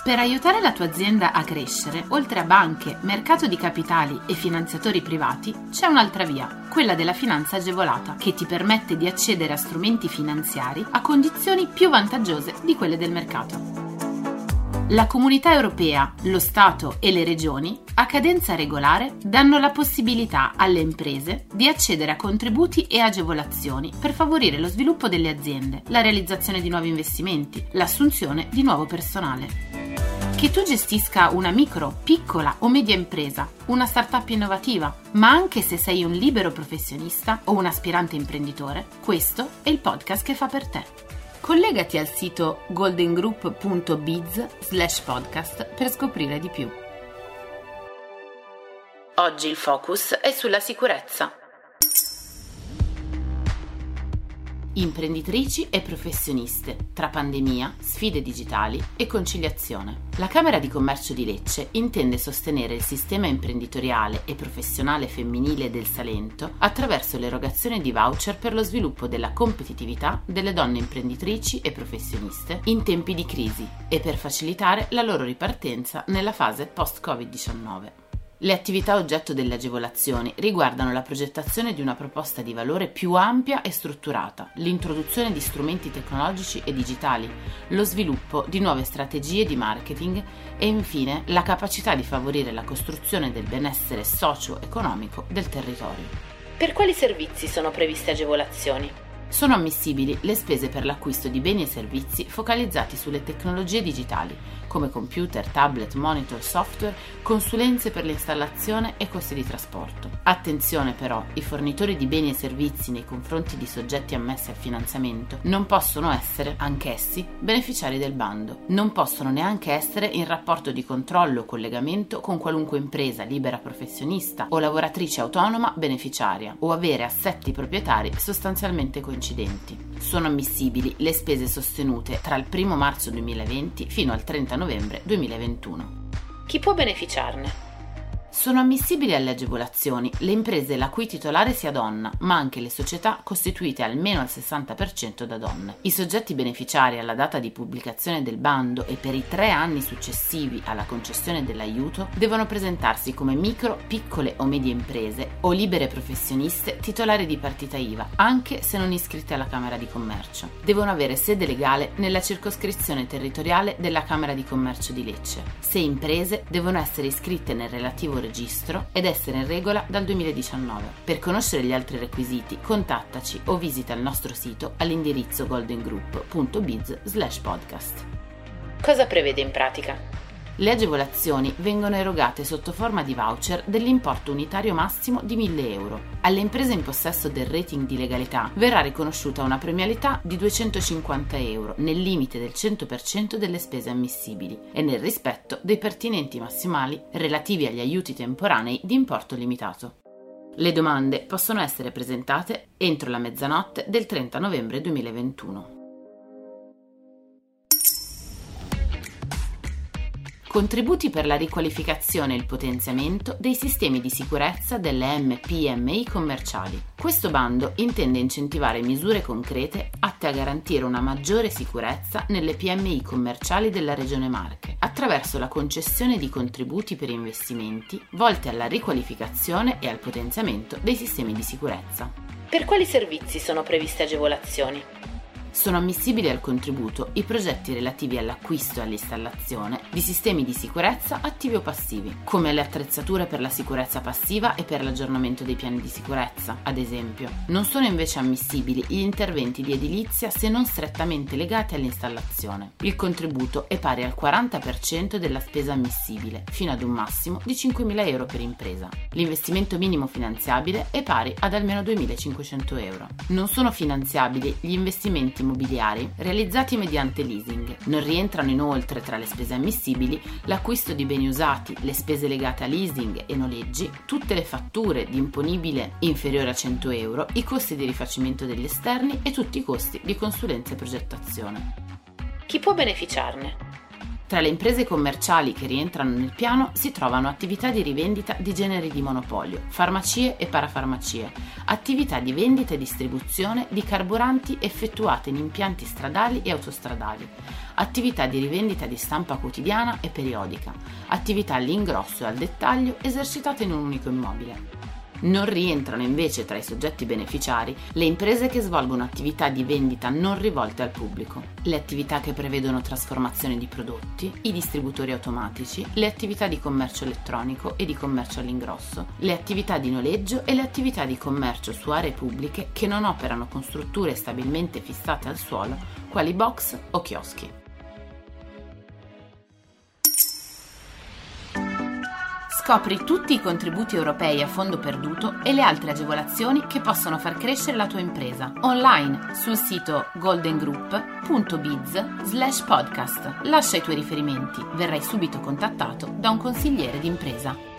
Per aiutare la tua azienda a crescere, oltre a banche, mercato di capitali e finanziatori privati, c'è un'altra via, quella della finanza agevolata, che ti permette di accedere a strumenti finanziari a condizioni più vantaggiose di quelle del mercato. La Comunità Europea, lo Stato e le Regioni, a cadenza regolare, danno la possibilità alle imprese di accedere a contributi e agevolazioni per favorire lo sviluppo delle aziende, la realizzazione di nuovi investimenti, l'assunzione di nuovo personale. Che tu gestisca una micro, piccola o media impresa, una startup innovativa, ma anche se sei un libero professionista o un aspirante imprenditore, questo è il podcast che fa per te. Collegati al sito goldengroup.biz/podcast per scoprire di più. Oggi il focus è sulla sicurezza. Imprenditrici e professioniste, tra pandemia, sfide digitali e conciliazione. La Camera di Commercio di Lecce intende sostenere il sistema imprenditoriale e professionale femminile del Salento attraverso l'erogazione di voucher per lo sviluppo della competitività delle donne imprenditrici e professioniste in tempi di crisi e per facilitare la loro ripartenza nella fase post-Covid-19. Le attività oggetto delle agevolazioni riguardano la progettazione di una proposta di valore più ampia e strutturata, l'introduzione di strumenti tecnologici e digitali, lo sviluppo di nuove strategie di marketing e infine la capacità di favorire la costruzione del benessere socio-economico del territorio. Per quali servizi sono previste agevolazioni? Sono ammissibili le spese per l'acquisto di beni e servizi focalizzati sulle tecnologie digitali, come computer, tablet, monitor, software, consulenze per l'installazione e costi di trasporto. Attenzione però, i fornitori di beni e servizi nei confronti di soggetti ammessi al finanziamento non possono essere, anch'essi, beneficiari del bando. Non possono neanche essere in rapporto di controllo o collegamento con qualunque impresa libera professionista o lavoratrice autonoma beneficiaria o avere assetti proprietari sostanzialmente coincidenti. Sono ammissibili le spese sostenute tra il 1 marzo 2020 fino al 30 novembre 2021. Chi può beneficiarne? Sono ammissibili alle agevolazioni le imprese la cui titolare sia donna, ma anche le società costituite almeno al 60% da donne. I soggetti beneficiari alla data di pubblicazione del bando e per i 3 anni successivi alla concessione dell'aiuto devono presentarsi come micro, piccole o medie imprese o libere professioniste titolari di partita IVA, anche se non iscritte alla Camera di Commercio. Devono avere sede legale nella circoscrizione territoriale della Camera di Commercio di Lecce. Se imprese, devono essere iscritte nel relativo registro ed essere in regola dal 2019. Per conoscere gli altri requisiti, contattaci o visita il nostro sito all'indirizzo goldengroup.biz/podcast. Cosa prevede in pratica? Le agevolazioni vengono erogate sotto forma di voucher dell'importo unitario massimo di 1.000 euro. Alle imprese in possesso del rating di legalità verrà riconosciuta una premialità di 250 euro nel limite del 100% delle spese ammissibili e nel rispetto dei pertinenti massimali relativi agli aiuti temporanei di importo limitato. Le domande possono essere presentate entro la mezzanotte del 30 novembre 2021. Contributi per la riqualificazione e il potenziamento dei sistemi di sicurezza delle MPMI commerciali. Questo bando intende incentivare misure concrete atte a garantire una maggiore sicurezza nelle PMI commerciali della Regione Marche, attraverso la concessione di contributi per investimenti volti alla riqualificazione e al potenziamento dei sistemi di sicurezza. Per quali servizi sono previste agevolazioni? Sono ammissibili al contributo i progetti relativi all'acquisto e all'installazione di sistemi di sicurezza attivi o passivi, come le attrezzature per la sicurezza passiva e per l'aggiornamento dei piani di sicurezza, ad esempio. Non sono invece ammissibili gli interventi di edilizia se non strettamente legati all'installazione. Il contributo è pari al 40% della spesa ammissibile, fino ad un massimo di 5.000 euro per impresa. L'investimento minimo finanziabile è pari ad almeno 2.500 euro. Non sono finanziabili gli investimenti immobiliari realizzati mediante leasing. Non rientrano inoltre tra le spese ammissibili l'acquisto di beni usati, le spese legate a leasing e noleggi, tutte le fatture di imponibile inferiore a 100 euro, i costi di rifacimento degli esterni e tutti i costi di consulenza e progettazione. Chi può beneficiarne? Tra le imprese commerciali che rientrano nel piano si trovano attività di rivendita di generi di monopolio, farmacie e parafarmacie, attività di vendita e distribuzione di carburanti effettuate in impianti stradali e autostradali, attività di rivendita di stampa quotidiana e periodica, attività all'ingrosso e al dettaglio esercitate in un unico immobile. Non rientrano invece tra i soggetti beneficiari le imprese che svolgono attività di vendita non rivolte al pubblico, le attività che prevedono trasformazione di prodotti, i distributori automatici, le attività di commercio elettronico e di commercio all'ingrosso, le attività di noleggio e le attività di commercio su aree pubbliche che non operano con strutture stabilmente fissate al suolo, quali box o chioschi. Scopri tutti i contributi europei a fondo perduto e le altre agevolazioni che possono far crescere la tua impresa online sul sito goldengroup.biz/podcast. Lascia i tuoi riferimenti, verrai subito contattato da un consigliere d'impresa.